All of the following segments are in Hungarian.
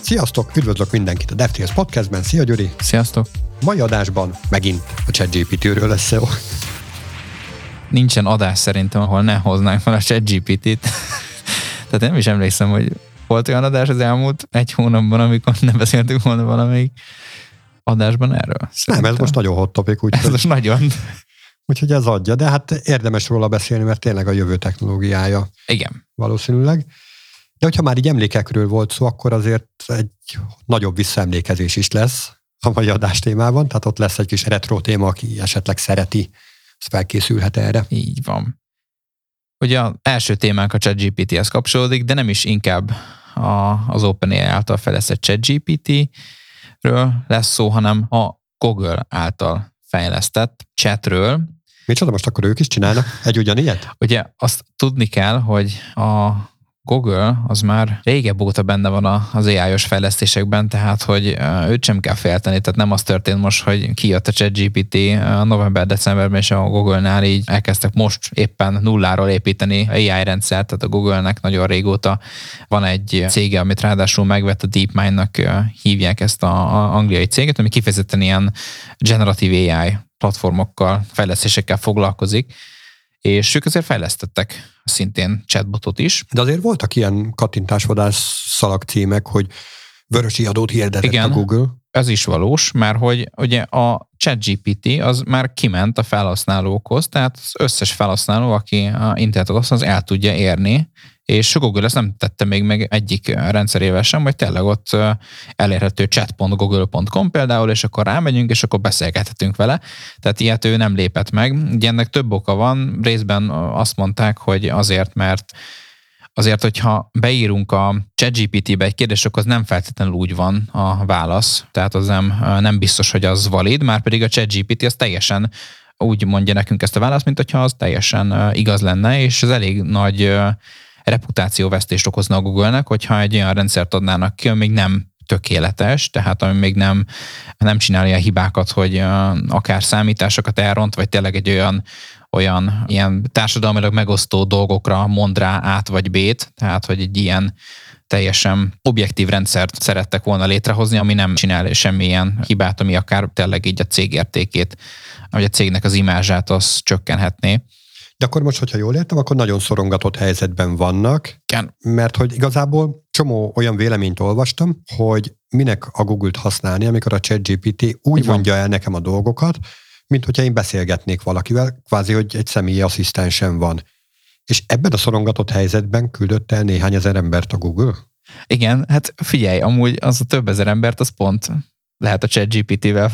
Sziasztok, üdvözlök mindenkit a DevTales Podcastben. Szia Gyuri! Sziasztok! Mai adásban megint a ChatGPT-ről lesz szó. Nincsen adás szerintem, ahol ne hoznánk fel a ChatGPT-t. Tehát nem is emlékszem, hogy volt olyan adás az elmúlt egy hónapban, amikor nem beszéltünk volna valamelyik adásban erről. Szerintem. Nem, ez most nagyon hot topic. Ez most nagyon. Úgyhogy ez adja, de hát érdemes róla beszélni, mert tényleg a jövő technológiája. Igen. Valószínűleg. De hogyha már így emlékekről volt szó, akkor azért egy nagyobb visszaemlékezés is lesz a mai adás témában, tehát ott lesz egy kis retro téma, aki esetleg szereti, az felkészülhet erre. Így van. Ugye az első témánk a ChatGPT-hez kapcsolódik, de nem is inkább az OpenAI által fejlesztett ChatGPT-ről lesz szó, hanem a Google által fejlesztett chatről. Micsoda, most akkor ők is csinálnak egy ugyanilyet? Ugye azt tudni kell, hogy a Google az már régebb óta benne van az AI-os fejlesztésekben, tehát hogy őt sem kell félteni, tehát nem az történt most, hogy kijött a ChatGPT november-decemberben, és a Google-nál így elkezdtek most éppen nulláról építeni AI rendszert, tehát a Google-nek nagyon régóta van egy cége, amit ráadásul megvett, a DeepMind-nak hívják ezt az angliai céget, ami kifejezetten ilyen generatív AI platformokkal, fejlesztésekkel foglalkozik, és ők azért fejlesztettek szintén chatbotot is. De azért voltak ilyen kattintásvadász szalagcímek, hogy vörösi adót hirdetett igen, a Google. Ez is valós, mert hogy ugye a ChatGPT az már kiment a felhasználókhoz, tehát az összes felhasználó, aki a internetet használ, az el tudja érni, és a Google ezt nem tette még meg egyik rendszerével sem, vagy tényleg ott elérhető chat.google.com például, és akkor rámegyünk, és akkor beszélgethetünk vele. Tehát ilyet ő nem lépett meg. Ugye ennek több oka van, részben azt mondták, hogy azért, hogyha beírunk a ChatGPT-be egy kérdést, akkor az nem feltétlenül úgy van a válasz, tehát az nem biztos, hogy az valid, már pedig a ChatGPT az teljesen úgy mondja nekünk ezt a választ, mint hogyha az teljesen igaz lenne, és ez elég nagy reputációvesztést okozna a Google-nek, hogyha egy olyan rendszert adnának ki, ami még nem tökéletes, tehát ami még nem csinálja a hibákat, hogy akár számításokat elront, vagy tényleg egy olyan ilyen társadalmilag megosztó dolgokra mond rá át vagy B-t, tehát hogy egy ilyen teljesen objektív rendszert szerettek volna létrehozni, ami nem csinál semmilyen hibát, ami akár tényleg így a cég értékét, vagy a cégnek az imázsát az csökkenhetné. De akkor most, hogyha jól értem, akkor nagyon szorongatott helyzetben vannak, igen. Mert hogy igazából csomó olyan véleményt olvastam, hogy minek a Google-t használni, amikor a ChatGPT úgy mondja el nekem a dolgokat, mint hogyha én beszélgetnék valakivel, kvázi, hogy egy személyi asszisztensem van. És ebben a szorongatott helyzetben küldött el néhány ezer embert a Google? Igen, hát figyelj, amúgy az a több ezer embert, az pont lehet a ChatGPT-vel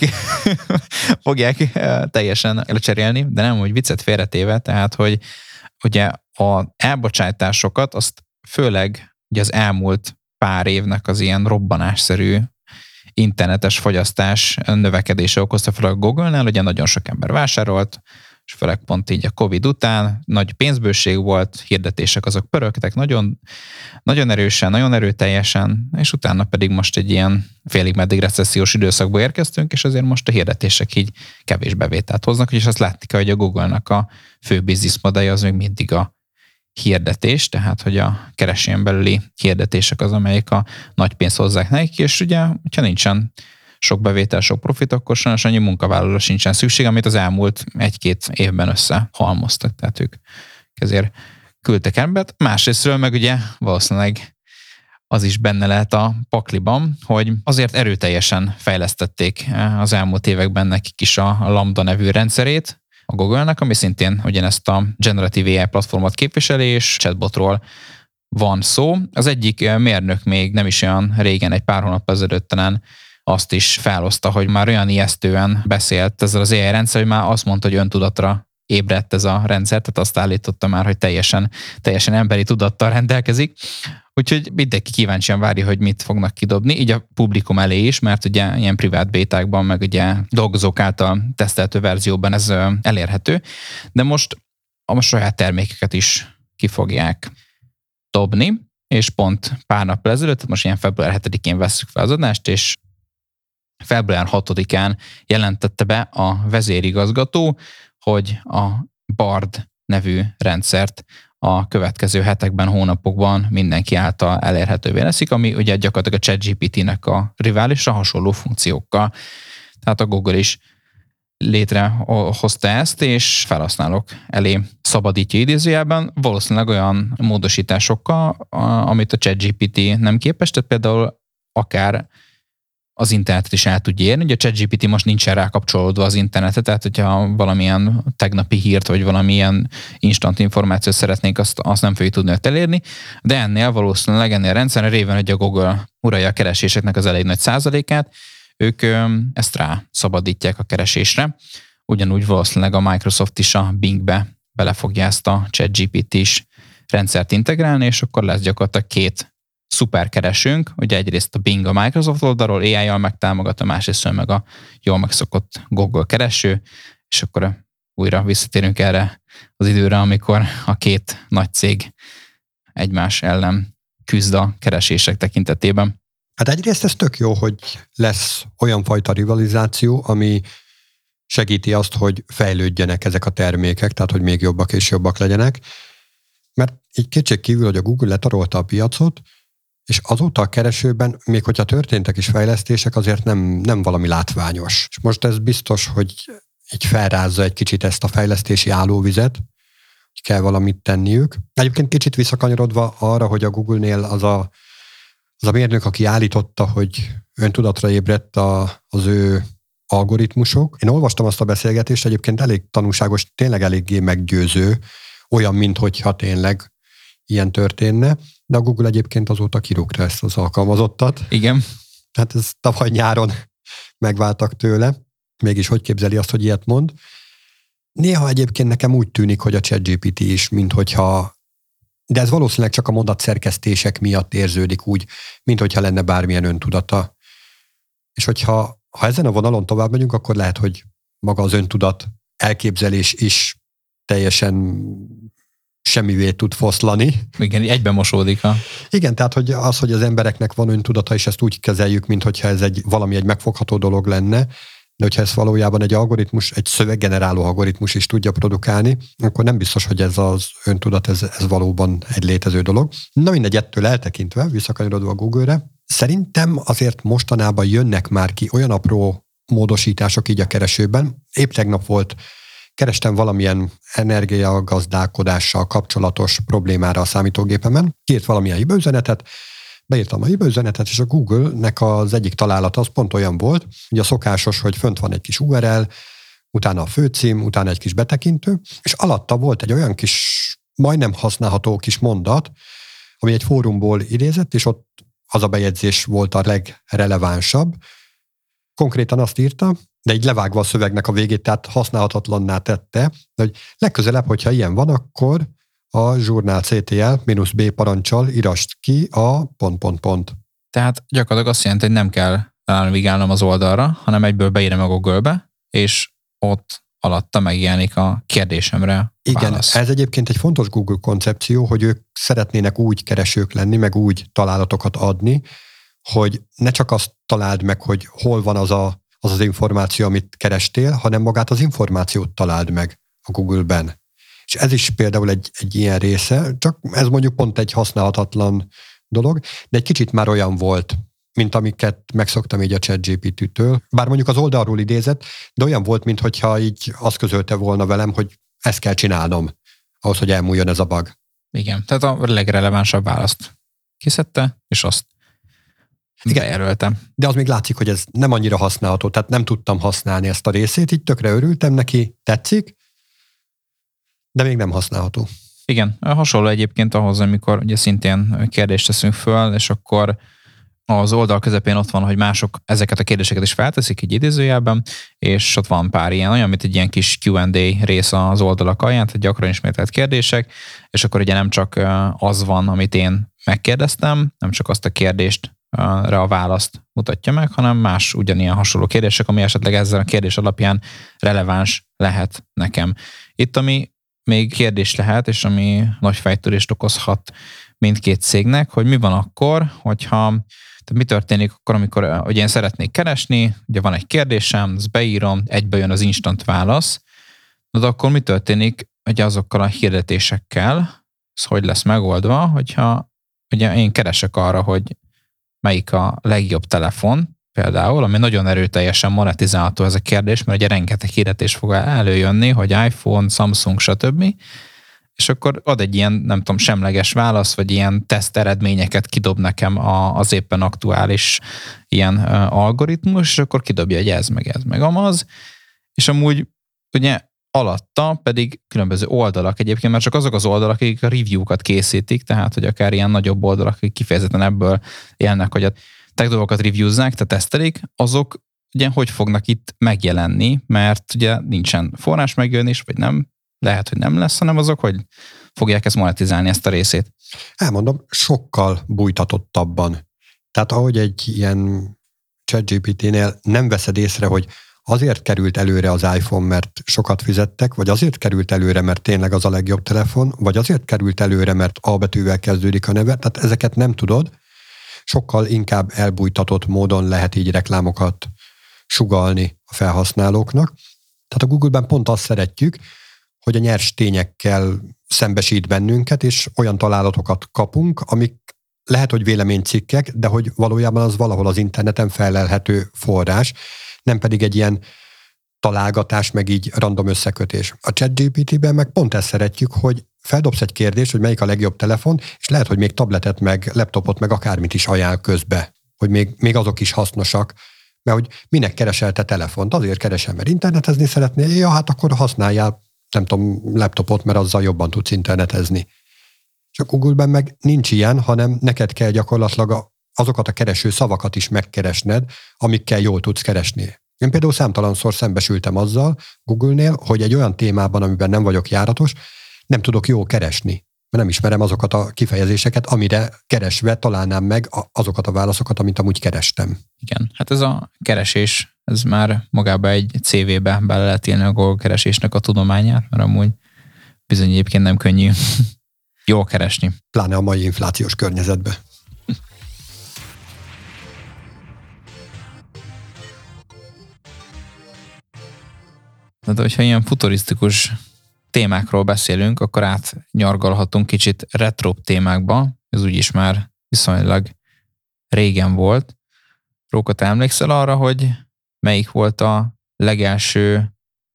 fogják teljesen lecserélni, de nem, hogy viccet félretéve, tehát, hogy ugye a elbocsátásokat, azt főleg ugye az elmúlt pár évnek az ilyen robbanásszerű internetes fogyasztás növekedése okozta fel a Google-nál, ugye nagyon sok ember vásárolt, és főleg pont így a Covid után nagy pénzbőség volt, hirdetések azok pörögtek nagyon, nagyon erősen, nagyon erőteljesen, és utána pedig most egy ilyen félig meddig recessziós időszakba érkeztünk, és azért most a hirdetések így kevés bevételt hoznak, és azt látni kell, hogy a Google-nak a fő bizniszmodellje az még mindig a hirdetés, tehát hogy a keresőn belüli hirdetések az, amelyik a nagy pénzt hozzák nekik, és ugye, hogyha nincsen sok bevétel, sok profit, akkor sajnos annyi munkavállalóra sincsen szükség, amit az elmúlt 1-2 évben összehalmoztak, tehát ők ezért küldtek embert. Másrésztről meg ugye valószínűleg az is benne lehet a pakliban, hogy azért erőteljesen fejlesztették az elmúlt években nekik is a Lambda nevű rendszerét, a Google-nek, ami szintén ugyanezt a Generative AI platformot képviseli, és chatbotról van szó. Az egyik mérnök még nem is olyan régen, egy pár hónap ezelőtt talán azt is feloszta, hogy már olyan ijesztően beszélt ezzel az AI rendszer, hogy már azt mondta, hogy öntudatra ébredt ez a rendszer, tehát azt állította már, hogy teljesen emberi tudattal rendelkezik. Úgyhogy mindenki kíváncsian várja, hogy mit fognak kidobni, így a publikum elé is, mert ugye ilyen privát bétákban, meg ugye dolgozók által tesztelhető verzióban ez elérhető, de most a saját termékeket is ki fogják dobni, és pont pár nappal ezelőtt, tehát most ilyen február 7-én vesszük fel az adást, és február 6-án jelentette be a vezérigazgató, hogy a Bard nevű rendszert, a következő hetekben, hónapokban mindenki által elérhetővé leszik, ami ugye gyakorlatilag a ChatGPT-nek a riválisra hasonló funkciókkal. Tehát a Google is létrehozta ezt, és felhasználók elé szabadítja idézőjelben, valószínűleg olyan módosításokkal, amit a ChatGPT nem képes, tehát például akár az internetet is el tudja érni. Ugye a ChatGPT most nincsen rákapcsolódva az internetre, tehát hogyha valamilyen tegnapi hírt, vagy valamilyen instant információt szeretnénk, azt nem fogjuk tudni elérni, de ennél valószínűleg ennél a rendszerre réven, hogy a Google uralja a kereséseknek az elég nagy százalékát, ők ezt rá szabadítják a keresésre. Ugyanúgy valószínűleg a Microsoft is a Bingbe bele fogja ezt a ChatGPT-s rendszert integrálni, és akkor lesz gyakorlatilag két szuperkeresőnk, ugye egyrészt a Bing a Microsoft oldalról AI-jal megtámogatja, másrészt meg a jól megszokott Google kereső, és akkor újra visszatérünk erre az időre, amikor a két nagy cég egymás ellen küzd a keresések tekintetében. Hát egyrészt ez tök jó, hogy lesz olyan fajta rivalizáció, ami segíti azt, hogy fejlődjenek ezek a termékek, tehát hogy még jobbak és jobbak legyenek, mert így kétség kívül, hogy a Google letarolta a piacot, és azóta a keresőben, még hogyha történtek is fejlesztések, azért nem valami látványos. És most ez biztos, hogy így felrázza egy kicsit ezt a fejlesztési állóvizet, hogy kell valamit tenniük. Egyébként kicsit visszakanyarodva arra, hogy a Google-nél az a mérnök, aki állította, hogy öntudatra ébredt az ő algoritmusok. Én olvastam azt a beszélgetést, egyébként elég tanúságos, tényleg eléggé meggyőző, olyan, minthogyha tényleg ilyen történne, de a Google egyébként azóta kirúgta ezt az alkalmazottat. Igen. Tehát ez tavaly nyáron megváltak tőle. Mégis hogy képzeli azt, hogy ilyet mond? Néha egyébként nekem úgy tűnik, hogy a ChatGPT is, minthogyha, de ez valószínűleg csak a mondatszerkesztések miatt érződik úgy, minthogyha lenne bármilyen öntudata. És hogyha ezen a vonalon tovább megyünk, akkor lehet, hogy maga az öntudat elképzelés is teljesen semmivé tud foszlani. Igen, egyben mosódik. Igen, tehát hogy az embereknek van öntudata, és ezt úgy kezeljük, minthogyha ez egy megfogható dolog lenne, de hogyha ez valójában egy algoritmus, egy szöveggeneráló algoritmus is tudja produkálni, akkor nem biztos, hogy ez az öntudat, ez valóban egy létező dolog. Na mindegy, ettől eltekintve, visszakanyarodva a Google-re, szerintem azért mostanában jönnek már ki olyan apró módosítások így a keresőben. Épp tegnap volt, kerestem valamilyen energiagazdálkodással kapcsolatos problémára a számítógépemen, írt valamilyen hibaüzenetet, beírtam a hibaüzenetet, és a Google-nek az egyik találata az pont olyan volt, hogy a szokásos, hogy fönt van egy kis URL, utána a főcím, utána egy kis betekintő, és alatta volt egy olyan kis, majdnem használható kis mondat, ami egy fórumból idézett, és ott az a bejegyzés volt a legrelevánsabb. Konkrétan azt írta, de így levágva a szövegnek a végét, tehát használhatatlanná tette, de hogy legközelebb, hogyha ilyen van, akkor a Journal CTL-B parancsal írasd ki a ... Tehát gyakorlatilag azt jelenti, hogy nem kell navigálnom az oldalra, hanem egyből beírom a Google-be, és ott alatta megjelenik a kérdésemre válasz. Igen, ez egyébként egy fontos Google koncepció, hogy ők szeretnének úgy keresők lenni, meg úgy találatokat adni, hogy ne csak azt találd meg, hogy hol van az információ, amit kerestél, hanem magát az információt találd meg a Google-ben. És ez is például egy ilyen része, csak ez mondjuk pont egy használhatatlan dolog, de egy kicsit már olyan volt, mint amiket megszoktam így a ChatGPT-től. Bár mondjuk az oldalról idézett, de olyan volt, minthogyha így azt közölte volna velem, hogy ezt kell csinálnom, ahhoz, hogy elmúljon ez a bug. Igen, tehát a legrelevánsabb választ kiszedte, és azt bejelöltem. De az még látszik, hogy ez nem annyira használható, tehát nem tudtam használni ezt a részét, így tökre örültem neki, tetszik, de még nem használható. Igen, hasonló egyébként ahhoz, amikor ugye szintén kérdést teszünk föl, és akkor az oldal közepén ott van, hogy mások ezeket a kérdéseket is felteszik, így idézőjelben, és ott van pár ilyen, olyan, mint egy ilyen kis Q&A rész az oldalak alján, tehát gyakran ismételt kérdések, és akkor ugye nem csak az van, amit én megkérdeztem, nem csak azt a kérdést a választ mutatja meg, hanem más ugyanilyen hasonló kérdések, ami esetleg ezzel a kérdés alapján releváns lehet nekem. Itt, ami még kérdés lehet, és ami nagy fejtörést okozhat mindkét cégnek, hogy mi van akkor, tehát mi történik akkor, amikor ugye én szeretnék keresni, ugye van egy kérdésem, ezt beírom, egybe jön az instant válasz, de akkor mi történik ugye azokkal a hirdetésekkel, Ez hogy lesz megoldva, hogyha ugye én keresek arra, hogy melyik a legjobb telefon, például, ami nagyon erőteljesen monetizálható ez a kérdés, mert ugye rengeteg hirdetés fog előjönni, hogy iPhone, Samsung, stb. És akkor ad egy ilyen, nem tudom, semleges válasz, vagy ilyen teszt eredményeket kidob nekem az éppen aktuális ilyen algoritmus, és akkor kidobja, hogy ez meg amaz, és amúgy ugye alatta pedig különböző oldalak egyébként, mert csak azok az oldalak, akik a review-kat készítik, tehát hogy akár ilyen nagyobb oldalak, akik kifejezetten ebből élnek, hogy a tech dolgokat reviewzzák, tehát tesztelik, azok ugye hogy fognak itt megjelenni, mert ugye nincsen forrás megjelenés, vagy nem, lehet, hogy nem lesz, hanem azok, hogy fogják ezt monetizálni, ezt a részét. Elmondom, sokkal bújtatottabban. Tehát ahogy egy ilyen ChatGPT-nél nem veszed észre, hogy azért került előre az iPhone, mert sokat fizettek, vagy azért került előre, mert tényleg az a legjobb telefon, vagy azért került előre, mert A betűvel kezdődik a neve, tehát ezeket nem tudod. Sokkal inkább elbújtatott módon lehet így reklámokat sugallni a felhasználóknak. Tehát a Google-ben pont azt szeretjük, hogy a nyers tényekkel szembesít bennünket, és olyan találatokat kapunk, amik lehet, hogy véleménycikkek, de hogy valójában az valahol az interneten felelhető forrás, nem pedig egy ilyen találgatás, meg így random összekötés. A ChatGPT-ben meg pont ezt szeretjük, hogy feldobsz egy kérdést, hogy melyik a legjobb telefon, és lehet, hogy még tabletet, meg laptopot, meg akármit is ajánl közbe, hogy még azok is hasznosak, mert hogy minek keresel te telefont? Azért keresem, mert internetezni szeretnél, ja, hát akkor használjál, nem tudom, laptopot, mert azzal jobban tudsz internetezni. És a Google-ben meg nincs ilyen, hanem neked kell gyakorlatilag azokat a kereső szavakat is megkeresned, amikkel jól tudsz keresni. Én például számtalanszor szembesültem azzal Google-nél, hogy egy olyan témában, amiben nem vagyok járatos, nem tudok jól keresni, mert nem ismerem azokat a kifejezéseket, amire keresve találnám meg azokat a válaszokat, amit amúgy kerestem. Igen, hát ez a keresés, ez már magában egy CV-be bele lehet írni a Google keresésnek a tudományát, mert amúgy bizony egyébként nem könnyű jól keresni. Pláne a mai inflációs környezetben. Tehát, hogyha ilyen futurisztikus témákról beszélünk, akkor átnyargalhatunk kicsit retro témákba, ez úgyis már viszonylag régen volt. Róka, te emlékszel arra, hogy melyik volt a legelső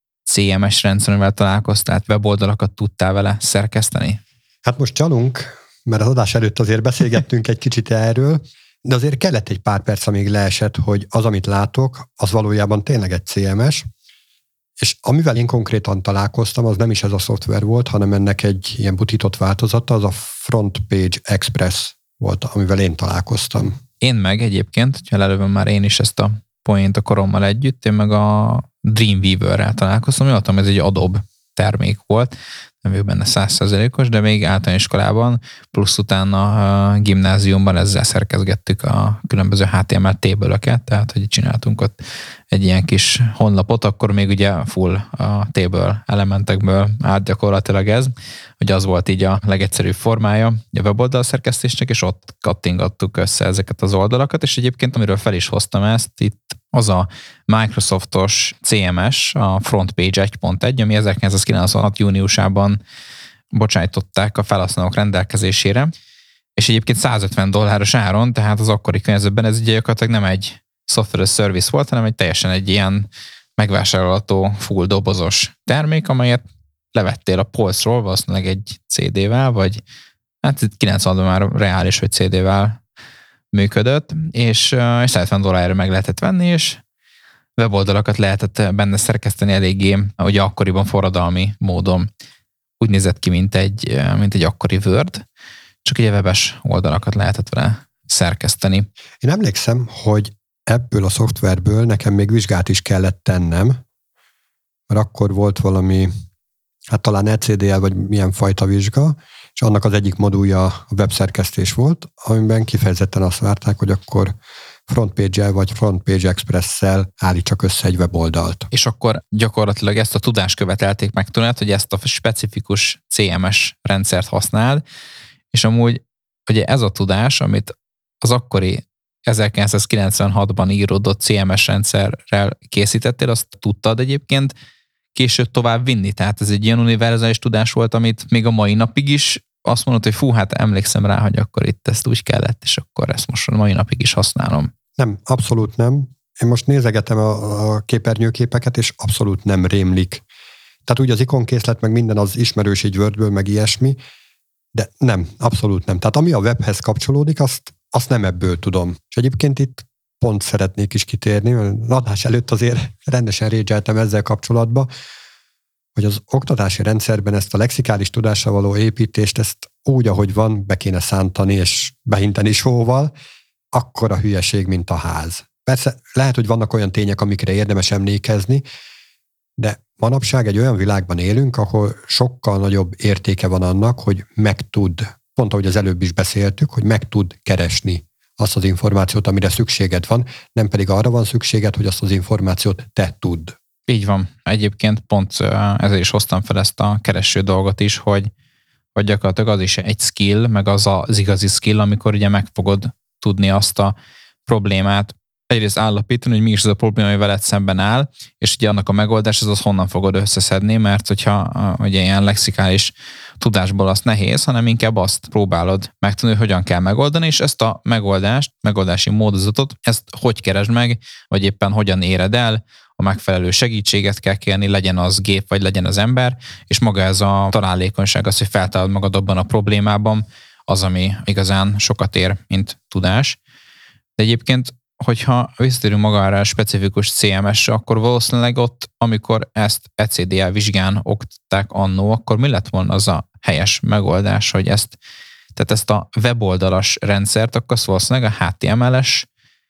CMS rendszer, amivel találkoztál, weboldalakat tudtál vele szerkeszteni? Hát most csalunk, mert az adás előtt azért beszélgettünk egy kicsit erről, de azért kellett egy pár perc, amíg leesett, hogy az, amit látok, az valójában tényleg egy CMS, és amivel én konkrétan találkoztam, az nem is ez a szoftver volt, hanem ennek egy ilyen butított változata, az a Front Page Express volt, amivel én találkoztam. Én meg egyébként, hogyha lelövöm már én is ezt a poént a korommal együtt, én meg a Dreamweaver-rel találkoztam, jól tudom, ez egy Adobe termék volt, nem vagyok benne 100%-os, de még általános iskolában, plusz utána a gimnáziumban ezzel szerkezgettük a különböző HTML table-öket, tehát hogy csináltunk ott egy ilyen kis honlapot, akkor még ugye full a table elementekből állt gyakorlatilag ez, hogy az volt így a legegyszerűbb formája a weboldal szerkesztésnek, és ott kattingattuk össze ezeket az oldalakat, és egyébként amiről fel is hoztam ezt, itt az a Microsoftos CMS, a FrontPage 1.1, ami 1996. júniusában bocsájtották a felhasználók rendelkezésére, és egyébként $150 áron, tehát az akkori környezetben ez gyakorlatilag nem egy software service volt, hanem teljesen egy ilyen megvásárolható full dobozos termék, amelyet levettél a polcról, valószínűleg egy CD-vel, vagy hát itt 90-ban már reális, hogy CD-vel működött, és $150 meg lehetett venni, és weboldalakat lehetett benne szerkeszteni eléggé, ugye akkoriban forradalmi módon. Úgy nézett ki, mint egy akkori Word, csak ugye webes oldalakat lehetett vele szerkeszteni. Én emlékszem, hogy ebből a szoftverből nekem még vizsgát is kellett tennem, mert akkor volt valami, hát talán ECDL vagy milyen fajta vizsga, és annak az egyik modulja a webszerkesztés volt, amiben kifejezetten azt várták, hogy akkor FrontPage-el vagy FrontPage Express-szel állítsak össze egy weboldalt. És akkor gyakorlatilag ezt a tudást követelték meg tőled, hogy ezt a specifikus CMS rendszert használd, és amúgy ugye ez a tudás, amit az akkori 1996-ban íródott CMS rendszerrel készítettél, azt tudtad egyébként később tovább vinni. Tehát ez egy ilyen univerzális tudás volt, amit még a mai napig is azt mondod, hogy fú, hát emlékszem rá, hogy akkor itt ezt úgy kellett, és akkor ezt most a mai napig is használom. Nem, abszolút nem. Én most nézegetem a képernyőképeket, és abszolút nem rémlik. Tehát úgy az ikonkészlet, meg minden az ismerős így Wordből, meg ilyesmi, de nem, abszolút nem. Tehát ami a webhez kapcsolódik, azt nem ebből tudom. És egyébként itt pont szeretnék is kitérni, mert adás előtt azért rendesen régyeltem ezzel kapcsolatban, hogy az oktatási rendszerben ezt a lexikális tudásra való építést, ezt úgy, ahogy van, be kéne szántani és behinteni sóval, akkora hülyeség, mint a ház. Persze lehet, hogy vannak olyan tények, amikre érdemes emlékezni, de manapság egy olyan világban élünk, ahol sokkal nagyobb értéke van annak, hogy pont ahogy az előbb is beszéltük, hogy meg tud keresni azt az információt, amire szükséged van, nem pedig arra van szükséged, hogy azt az információt te tudd. Így van. Egyébként pont ezért is hoztam fel ezt a kereső dolgot is, hogy gyakorlatilag az is egy skill, meg az igazi skill, amikor ugye meg fogod tudni azt a problémát egyrészt állapítani, hogy mi is az a probléma, ami veled szemben áll, és ugye annak a megoldás az honnan fogod összeszedni, mert hogyha ugye ilyen lexikális tudásból azt nehéz, hanem inkább azt próbálod megtudni, hogy hogyan kell megoldani, és ezt a megoldási módozatot, ezt hogy keresd meg, vagy éppen hogyan éred el, a megfelelő segítséget kell kérni, legyen az gép, vagy legyen az ember, és maga ez a találékonyság, az, hogy feltalálod magad abban a problémában, az, ami igazán sokat ér, mint tudás. De egyébként, hogyha visszatérünk magára a specifikus CMS-re, akkor valószínűleg ott, amikor ezt ECDL vizsgán oktatták annó, akkor mi lett volna az a helyes megoldás, hogy ezt a weboldalas rendszert, akkor valószínűleg a HTML-es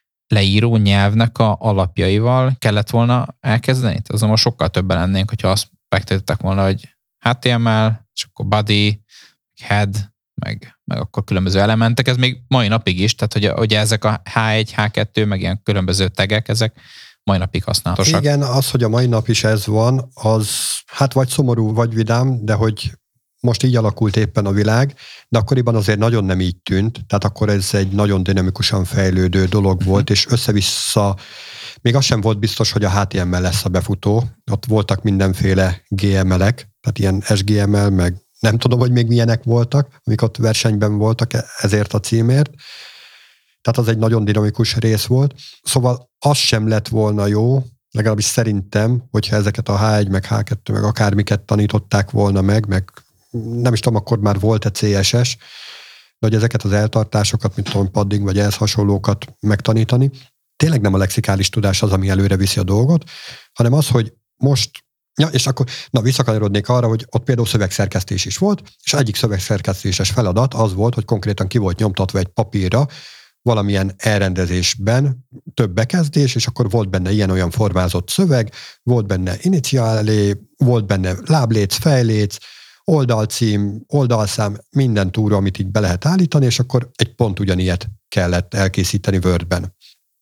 leíró nyelvnek a alapjaival kellett volna elkezdeni? Azon most sokkal többen lennénk, hogyha azt megtettek volna, hogy HTML, és akkor body, head, meg akkor különböző elementek, ez még mai napig is, tehát hogy ezek a H1, H2, meg ilyen különböző tegek, ezek mai napig használatosak. Igen, az, hogy a mai nap is ez van, az hát vagy szomorú, vagy vidám, de hogy most így alakult éppen a világ, de akkoriban azért nagyon nem így tűnt, tehát akkor ez egy nagyon dinamikusan fejlődő dolog volt, és össze-vissza, még az sem volt biztos, hogy a HTML lesz a befutó, ott voltak mindenféle GML-ek, tehát ilyen SGML, meg nem tudom, hogy még milyenek voltak, amik ott versenyben voltak ezért a címért. Tehát az egy nagyon dinamikus rész volt. Szóval az sem lett volna jó, legalábbis szerintem, hogyha ezeket a H1, meg H2, meg akármiket tanították volna meg nem is tudom, akkor már volt-e CSS, de hogy ezeket az eltartásokat, mint tudom, padding, vagy ehhez hasonlókat megtanítani. Tényleg nem a lexikális tudás az, ami előre viszi a dolgot, hanem az, hogy most és akkor visszakanyarodnék arra, hogy ott például szövegszerkesztés is volt, és egyik szövegszerkesztéses feladat az volt, hogy konkrétan ki volt nyomtatva egy papírra valamilyen elrendezésben több bekezdés, és akkor volt benne ilyen-olyan formázott szöveg, volt benne iniciálé, volt benne lábléc, fejléc, oldalcím, oldalszám, minden túra, amit így be lehet állítani, és akkor egy pont ugyanilyet kellett elkészíteni Wordben.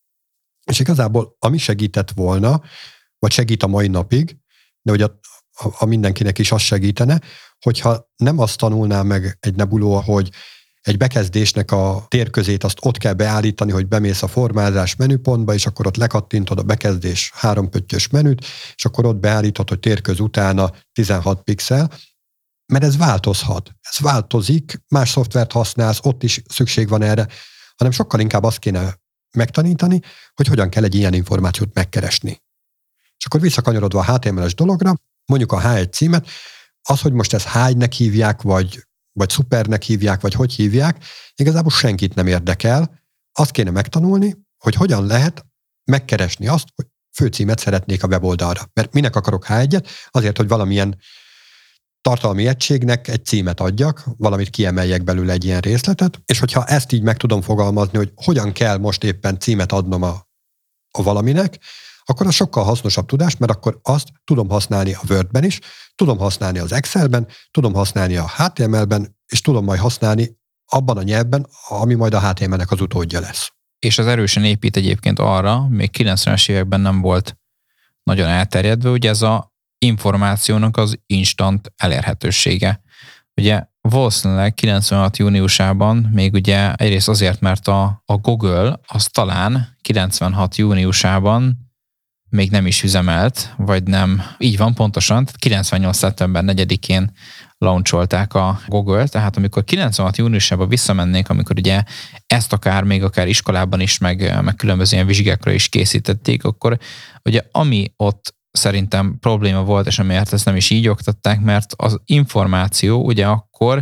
És igazából ami segített volna, vagy segít a mai napig, de hogy a mindenkinek is az segítene, hogyha nem azt tanulná meg egy nebuló, hogy egy bekezdésnek a térközét azt ott kell beállítani, hogy bemész a formázás menüpontba, és akkor ott lekattintod a bekezdés 3 pöttyös menüt, és akkor ott beállítod, hogy térköz utána 16 pixel, mert ez változhat. Ez változik, más szoftvert használsz, ott is szükség van erre, hanem sokkal inkább azt kéne megtanítani, hogy hogyan kell egy ilyen információt megkeresni. És akkor visszakanyarodva a HTML-es dologra, mondjuk a H1 címet, az, hogy most ezt H1-nek hívják, vagy szupernek hívják, vagy hogy hívják, igazából senkit nem érdekel. Azt kéne megtanulni, hogy hogyan lehet megkeresni azt, hogy főcímet szeretnék a weboldalra. Mert minek akarok H1-et? Azért, hogy valamilyen tartalmi egységnek egy címet adjak, valamit kiemeljek belőle egy ilyen részletet, és hogyha ezt így meg tudom fogalmazni, hogy hogyan kell most éppen címet adnom a valaminek, akkor az sokkal hasznosabb tudás, mert akkor azt tudom használni a Wordben is, tudom használni az Excelben, tudom használni a HTML-ben, és tudom majd használni abban a nyelvben, ami majd a HTML-nek az utódja lesz. És az erősen épít egyébként arra, még 90-es években nem volt nagyon elterjedve, ugye ez a információnak az instant elérhetősége. Ugye valószínűleg 96 júniusában még ugye egyrészt azért, mert a Google az talán 96 júniusában még nem is üzemelt, vagy nem. Így van pontosan, 98. szeptember 4-én launcholták a Google, tehát amikor 96. júniusában visszamennénk, amikor ugye ezt még akár iskolában is, meg különböző ilyen vizsgákra is készítették, akkor ugye ami ott szerintem probléma volt, és amiért ezt nem is így oktatták, mert az információ ugye akkor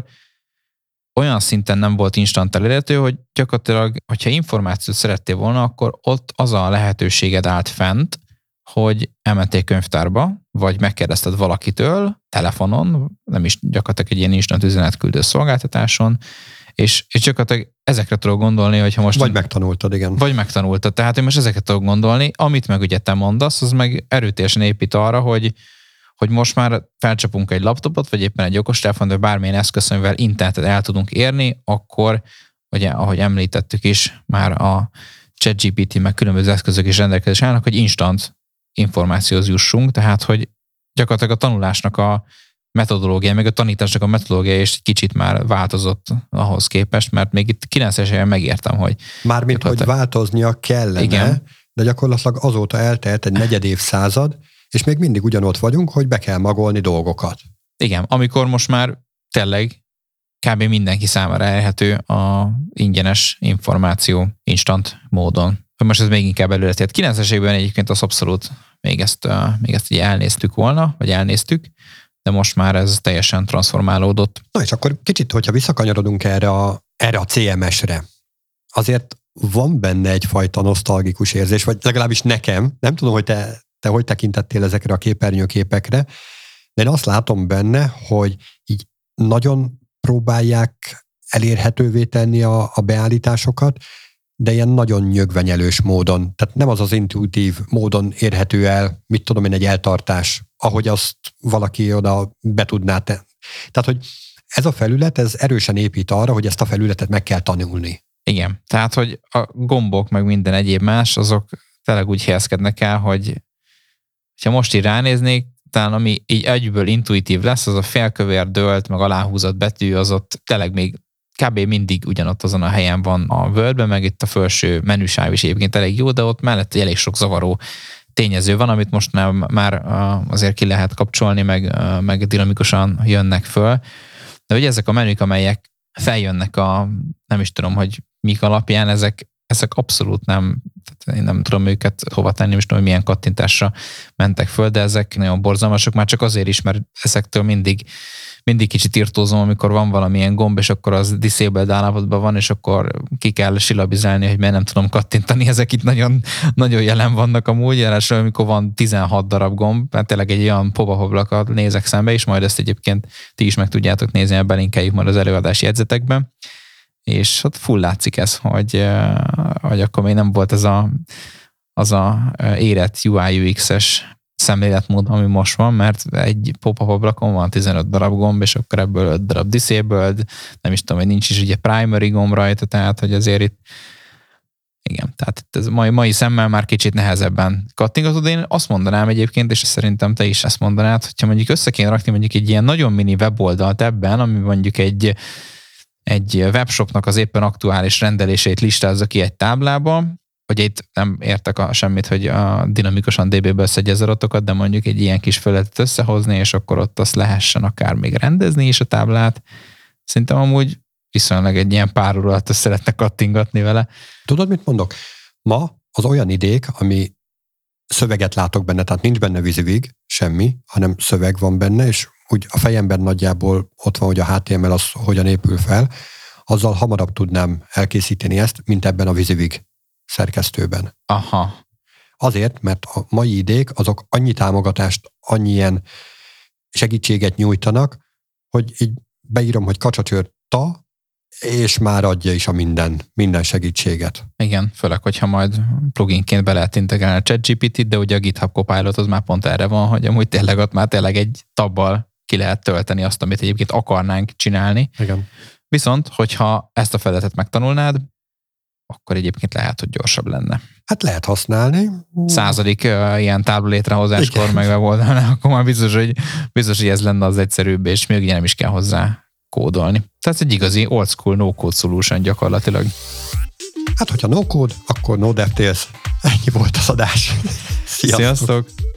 olyan szinten nem volt instant elérhető, hogy gyakorlatilag, hogyha információt szerettél volna, akkor ott az a lehetőséged állt fent, hogy elmentél könyvtárba, vagy megkérdezted valakitől, telefonon, nem is gyakorlatilag egy ilyen instant üzenetküldő szolgáltatáson, és gyakorlatilag ezekre tudok gondolni, hogyha most... Vagy megtanultad, igen. Vagy megtanultad, tehát én most ezeket tudok gondolni, amit meg ugye te mondasz, az meg erőteljesen épít arra, hogy most már felcsapunk egy laptopot, vagy éppen egy okostelefon, vagy bármilyen eszköz, amivel internetet el tudunk érni, akkor, ugye, ahogy említettük is, már a ChatGPT meg különböző eszközök is rendelkezésre állnak, hogy instant információhoz jussunk, tehát, hogy gyakorlatilag a tanulásnak a metodológia, meg a tanításnak a metodológia is kicsit már változott ahhoz képest, mert még itt 90-es években megértem, hogy... Mármint, hogy változnia kellene, igen. De gyakorlatilag azóta eltelt egy negyedévszázad, és még mindig ugyanott vagyunk, hogy be kell magolni dolgokat. Igen, amikor most már tényleg kb. Mindenki számára elérhető a ingyenes információ instant módon. Most ez még inkább előre tért. 90-es évben egyébként az abszolút még ezt ugye elnéztük volna, vagy elnéztük, de most már ez teljesen transformálódott. Na és akkor kicsit, hogyha visszakanyarodunk erre a CMS-re, azért van benne egyfajta nosztalgikus érzés, vagy legalábbis nekem, nem tudom, hogy te hogy tekintettél ezekre a képernyőképekre, de én azt látom benne, hogy így nagyon próbálják elérhetővé tenni a beállításokat, de ilyen nagyon nyögvenyelős módon. Tehát nem az intuitív módon érhető el, mit tudom én, egy eltartás, ahogy azt valaki oda be tudná tenni. Tehát, hogy ez a felület, ez erősen épít arra, hogy ezt a felületet meg kell tanulni. Igen, tehát, hogy a gombok, meg minden egyéb más, azok tényleg úgy helyezkednek el, hogy ha most így ránéznék, talán ami így egyből intuitív lesz, az a félkövér dölt, meg aláhúzott betű, az ott tényleg még kb. Mindig ugyanott azon a helyen van a Wordben, meg itt a felső menüsáv is egyébként elég jó, de ott mellett elég sok zavaró tényező van, amit most már azért ki lehet kapcsolni, meg dinamikusan jönnek föl. De ugye ezek a menük, amelyek feljönnek nem is tudom, hogy mik alapján, ezek abszolút nem, én nem tudom őket hova tenni, most tudom, hogy milyen kattintásra mentek föl, de ezek nagyon borzalmasok, már csak azért is, mert ezektől mindig kicsit irtózom, amikor van valamilyen gomb, és akkor az disabled állapotban van, és akkor ki kell silabizálni, hogy miért nem tudom kattintani, ezek itt nagyon, nagyon jelen vannak amúgy, jelesül, amikor van 16 darab gomb, mert tényleg egy olyan pobahoblakat nézek szembe, és majd ezt egyébként ti is meg tudjátok nézni, belinkeljük majd az előadási jegyzetekben. És ott full látszik ez, hogy akkor még nem volt az a érett UI UX-es szemléletmód, ami most van, mert egy pop-up ablakon van 15 darab gomb, és akkor ebből 5 darab disabled, nem is tudom, hogy nincs is ugye primary gomb rajta, tehát hogy azért itt igen, tehát ez mai szemmel már kicsit nehezebben kattingatod. Én azt mondanám egyébként, és szerintem te is ezt mondanád, hogyha mondjuk össze kéne rakni mondjuk egy ilyen nagyon mini weboldalt ebben, ami mondjuk egy webshopnak az éppen aktuális rendeléseit listázza ki egy táblába, hogy itt nem értek semmit, hogy dinamikusan DB-ből szedje az adatokat, de mondjuk egy ilyen kis felületet összehozni, és akkor ott azt lehessen akár még rendezni is a táblát. Szerintem amúgy viszonylag egy ilyen pár óra alatt szeretne kattingatni vele. Tudod, mit mondok? Ma az olyan idék, ami szöveget látok benne, tehát nincs benne vizivig, semmi, hanem szöveg van benne, és úgy a fejemben nagyjából ott van, hogy a HTML az hogyan épül fel, azzal hamarabb tudnám elkészíteni ezt, mint ebben a vizivig szerkesztőben. Aha. Azért, mert a mai idék azok annyi támogatást, annyi ilyen segítséget nyújtanak, hogy így beírom, hogy kacsacsőr ta, és már adja is a minden segítséget. Igen, főleg, hogyha majd pluginként be lehet integrálni a ChatGPT-t, de ugye a GitHub Copilot az már pont erre van, hogy amúgy tényleg ott már tényleg egy tabbal ki lehet tölteni azt, amit egyébként akarnánk csinálni. Igen. Viszont, hogyha ezt a felületet megtanulnád, akkor egyébként lehet, hogy gyorsabb lenne. Hát lehet használni. 100. Ilyen tábla létrehozáskor meg weboldalnál, akkor már biztos, hogy ez lenne az egyszerűbb, és még ugye nem is kell hozzá kódolni. Tehát egy igazi old school no-code solution gyakorlatilag. Hát, hogyha no-code, akkor no DevTales. Ennyi volt az adás. Sziasztok!